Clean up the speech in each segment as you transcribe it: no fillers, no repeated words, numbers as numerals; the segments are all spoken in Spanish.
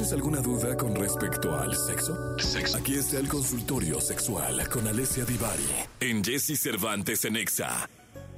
¿Tienes alguna duda con respecto al sexo? Aquí está el consultorio sexual con Alessia Divari en Jesse Cervantes en Exa.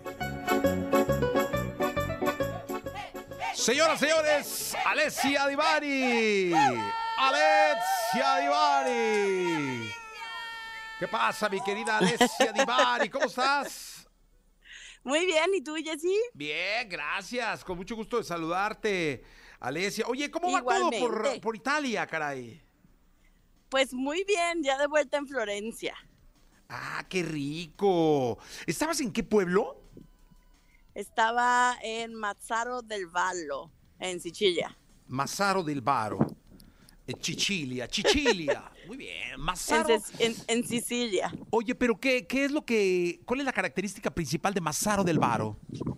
Señoras, señores, Alessia Divari. Alessia Divari. ¿Qué pasa, mi querida Alessia Divari? ¿Cómo estás? Muy bien, ¿y tú, Jessy? Bien, gracias. Con mucho gusto de saludarte, Alessia. Oye, ¿cómo va Igualmente. todo por Italia, caray? Pues muy bien, ya de vuelta en Florencia. Ah, qué rico. ¿Estabas en qué pueblo? Estaba en Mazzaro del Vallo, en Sicilia. Mazzaro del Varo. Sicilia. Muy bien, Mazzaro. En Sicilia. Oye, pero ¿cuál es la característica principal de Mazzaro del Varo?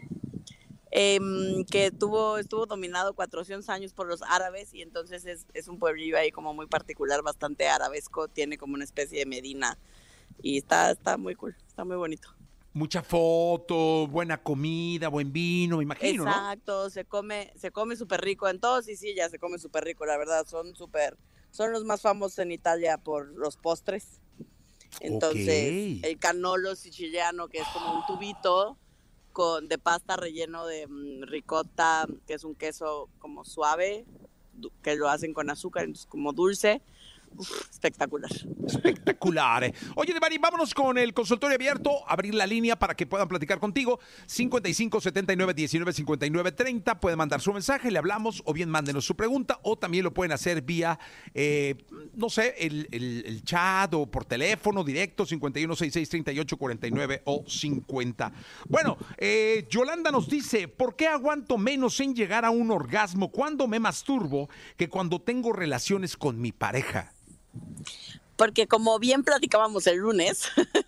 Que estuvo dominado 400 años por los árabes y entonces es un pueblillo ahí como muy particular, bastante arabesco, tiene como una especie de medina y está muy cool, está muy bonito. Mucha foto, buena comida, buen vino, me imagino, ¿no? Exacto, se come súper rico, en todo Sicilia se come súper rico, la verdad, son los más famosos en Italia por los postres. Entonces, El cannolo siciliano, que es como un tubito de pasta relleno de ricotta, que es un queso como suave, que lo hacen con azúcar, entonces como dulce. Espectacular. Espectacular. Oye, Divari, vámonos con el consultorio abierto, abrir la línea para que puedan platicar contigo. 55 79 19 59 30. Pueden mandar su mensaje, le hablamos, o bien mándenos su pregunta, o también lo pueden hacer vía, no sé, el chat o por teléfono directo, 51 66 38 49 o 50. Bueno, Yolanda nos dice: ¿por qué aguanto menos en llegar a un orgasmo cuando me masturbo que cuando tengo relaciones con mi pareja? Porque como bien platicábamos el lunes,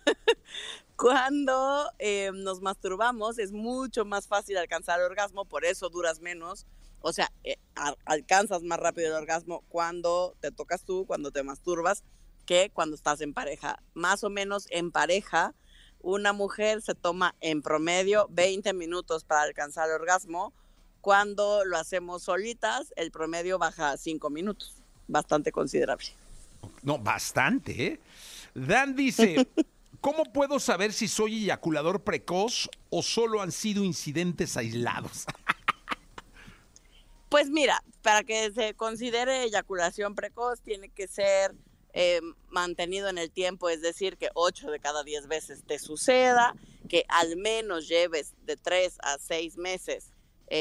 cuando nos masturbamos es mucho más fácil alcanzar el orgasmo, por eso duras menos. O sea, alcanzas más rápido el orgasmo cuando te tocas tú, cuando te masturbas, que cuando estás en pareja. Más o menos en pareja, una mujer se toma en promedio 20 minutos para alcanzar el orgasmo. Cuando lo hacemos solitas, el promedio baja a 5 minutos. Bastante considerable. No, bastante, ¿eh? Dan dice: ¿cómo puedo saber si soy eyaculador precoz o solo han sido incidentes aislados? Pues mira, para que se considere eyaculación precoz tiene que ser mantenido en el tiempo, es decir, que 8 de cada 10 veces te suceda, que al menos lleves de 3 a 6 meses,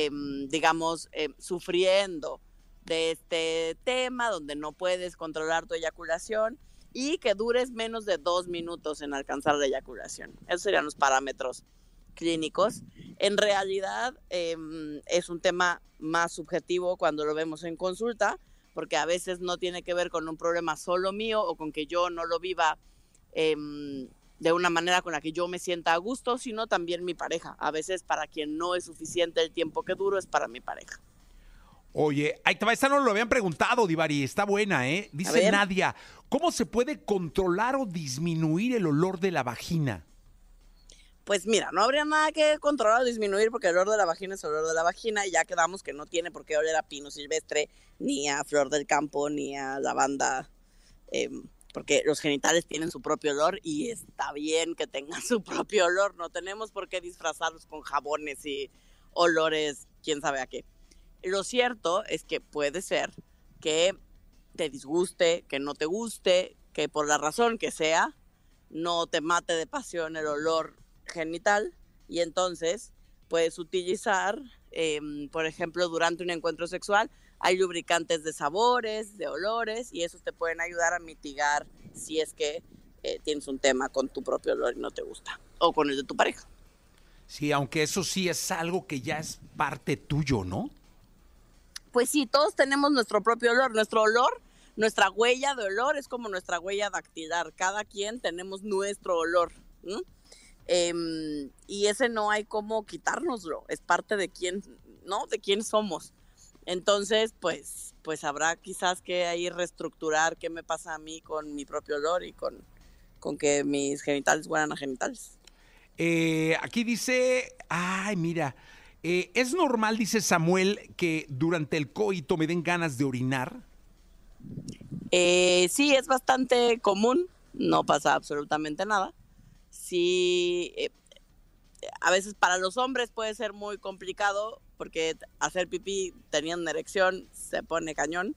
sufriendo de este tema, donde no puedes controlar tu eyaculación y que dures menos de 2 minutos en alcanzar la eyaculación. Esos serían los parámetros clínicos. En realidad es un tema más subjetivo cuando lo vemos en consulta, porque a veces no tiene que ver con un problema solo mío o con que yo no lo viva de una manera con la que yo me sienta a gusto, sino también mi pareja. A veces para quien no es suficiente el tiempo que duro es para mi pareja. Oye, ahí te va, esta no lo habían preguntado, Divari, está buena, ¿eh? Dice Nadia: ¿cómo se puede controlar o disminuir el olor de la vagina? Pues mira, no habría nada que controlar o disminuir porque el olor de la vagina es olor de la vagina y ya quedamos que no tiene por qué oler a pino silvestre, ni a flor del campo, ni a lavanda, porque los genitales tienen su propio olor y está bien que tengan su propio olor, no tenemos por qué disfrazarlos con jabones y olores, quién sabe a qué. Lo cierto es que puede ser que te disguste, que no te guste, que por la razón que sea, no te mate de pasión el olor genital y entonces puedes utilizar, por ejemplo, durante un encuentro sexual, hay lubricantes de sabores, de olores y esos te pueden ayudar a mitigar si es que tienes un tema con tu propio olor y no te gusta, o con el de tu pareja. Sí, aunque eso sí es algo que ya es parte tuyo, ¿no? Pues sí, todos tenemos nuestro propio olor. Nuestro olor, nuestra huella de olor es como nuestra huella dactilar. Cada quien tenemos nuestro olor, ¿no? Y ese no hay cómo quitárnoslo. Es parte de quién, ¿no? De quién somos. Entonces, pues habrá quizás que ahí reestructurar qué me pasa a mí con mi propio olor y con que mis genitales huelan a genitales. Aquí dice, ay, mira, ¿es normal, dice Samuel, que durante el coito me den ganas de orinar? Sí, es bastante común, no pasa absolutamente nada. Sí, a veces para los hombres puede ser muy complicado porque hacer pipí teniendo una erección se pone cañón.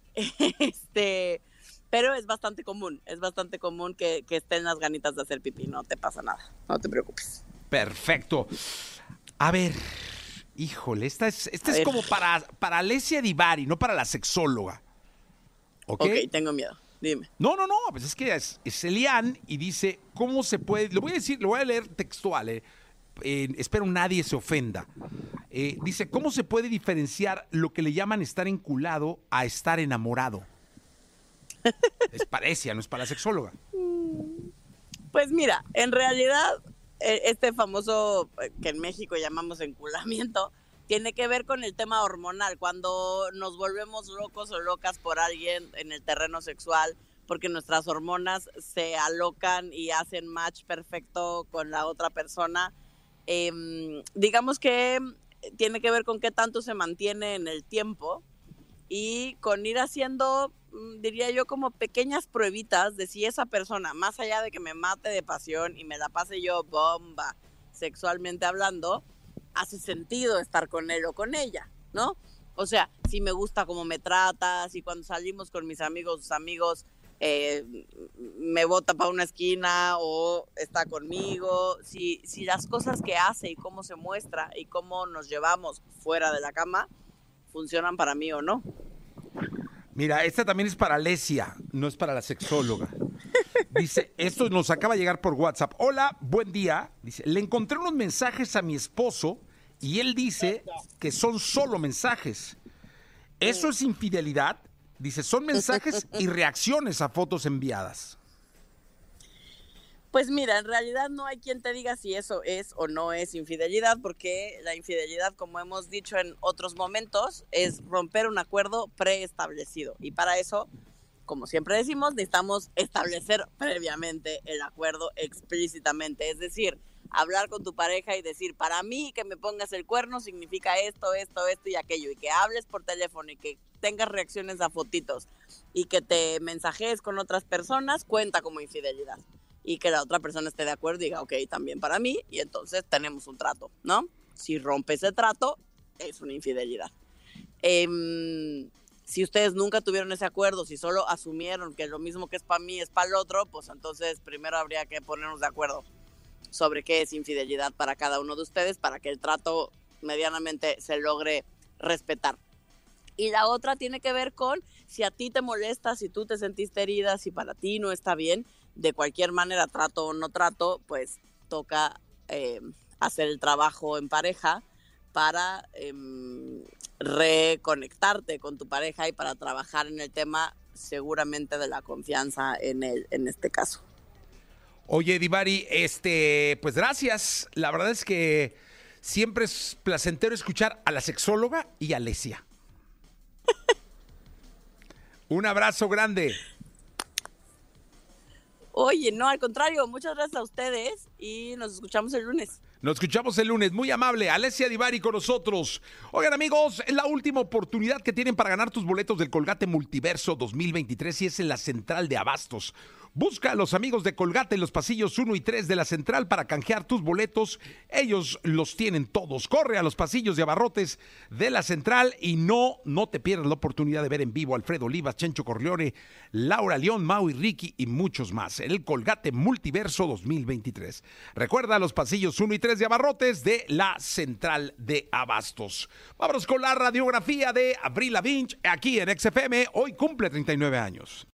Pero es bastante común que estén las ganitas de hacer pipí, no te pasa nada, no te preocupes. Perfecto. A ver, híjole, esta es como para Alessia Divari, no para la sexóloga. ¿Ok? Ok, tengo miedo, dime. No, pues es que es Elian y dice, ¿cómo se puede? Lo voy a leer textual, espero nadie se ofenda. Dice, ¿cómo se puede diferenciar lo que le llaman estar enculado a estar enamorado? Es para Alessia, no es para la sexóloga. Pues mira, en realidad, este famoso que en México llamamos enculamiento, tiene que ver con el tema hormonal, cuando nos volvemos locos o locas por alguien en el terreno sexual, porque nuestras hormonas se alocan y hacen match perfecto con la otra persona. Digamos que tiene que ver con qué tanto se mantiene en el tiempo y con ir haciendo, diría yo, como pequeñas pruebitas de si esa persona, más allá de que me mate de pasión y me la pase yo bomba sexualmente hablando, hace sentido estar con él o con ella, ¿no? O sea, si me gusta cómo me trata, si cuando salimos con mis amigos, sus amigos, me bota para una esquina o está conmigo, si las cosas que hace y cómo se muestra y cómo nos llevamos fuera de la cama funcionan para mí o no. Mira, esta también es para Alessia, no es para la sexóloga. Dice, esto nos acaba de llegar por WhatsApp. Hola, buen día. Dice, le encontré unos mensajes a mi esposo y él dice que son solo mensajes. ¿Eso es infidelidad? Dice, son mensajes y reacciones a fotos enviadas. Pues mira, en realidad no hay quien te diga si eso es o no es infidelidad, porque la infidelidad, como hemos dicho en otros momentos, es romper un acuerdo preestablecido. Y para eso, como siempre decimos, necesitamos establecer previamente el acuerdo explícitamente. Es decir, hablar con tu pareja y decir, para mí que me pongas el cuerno significa esto y aquello. Y que hables por teléfono y que tengas reacciones a fotitos y que te mensajees con otras personas, cuenta como infidelidad. Y que la otra persona esté de acuerdo y diga, ok, también para mí, y entonces tenemos un trato, ¿no? Si rompe ese trato, es una infidelidad. Si ustedes nunca tuvieron ese acuerdo, si solo asumieron que lo mismo que es para mí es para el otro, pues entonces primero habría que ponernos de acuerdo sobre qué es infidelidad para cada uno de ustedes, para que el trato medianamente se logre respetar. Y la otra tiene que ver con si a ti te molesta, si tú te sentiste herida, si para ti no está bien. De cualquier manera, trato o no trato, pues toca hacer el trabajo en pareja para reconectarte con tu pareja y para trabajar en el tema seguramente de la confianza en este caso. Oye, Divari, pues gracias. La verdad es que siempre es placentero escuchar a la sexóloga y a Alessia. Un abrazo grande. Oye, no, al contrario, muchas gracias a ustedes y nos escuchamos el lunes. Nos escuchamos el lunes. Muy amable, Alessia Divari con nosotros. Oigan, amigos, es la última oportunidad que tienen para ganar tus boletos del Colgate Multiverso 2023 y es en la Central de Abastos. Busca a los amigos de Colgate en los pasillos 1 y 3 de la Central para canjear tus boletos. Ellos los tienen todos. Corre a los pasillos de abarrotes de la Central y no te pierdas la oportunidad de ver en vivo a Alfredo Olivas, Chencho Corleone, Laura León, Mau y Ricky y muchos más. El Colgate Multiverso 2023. Recuerda los pasillos 1 y 3 de abarrotes de la Central de Abastos. Vámonos con la radiografía de Avril Lavigne aquí en XFM. Hoy cumple 39 años.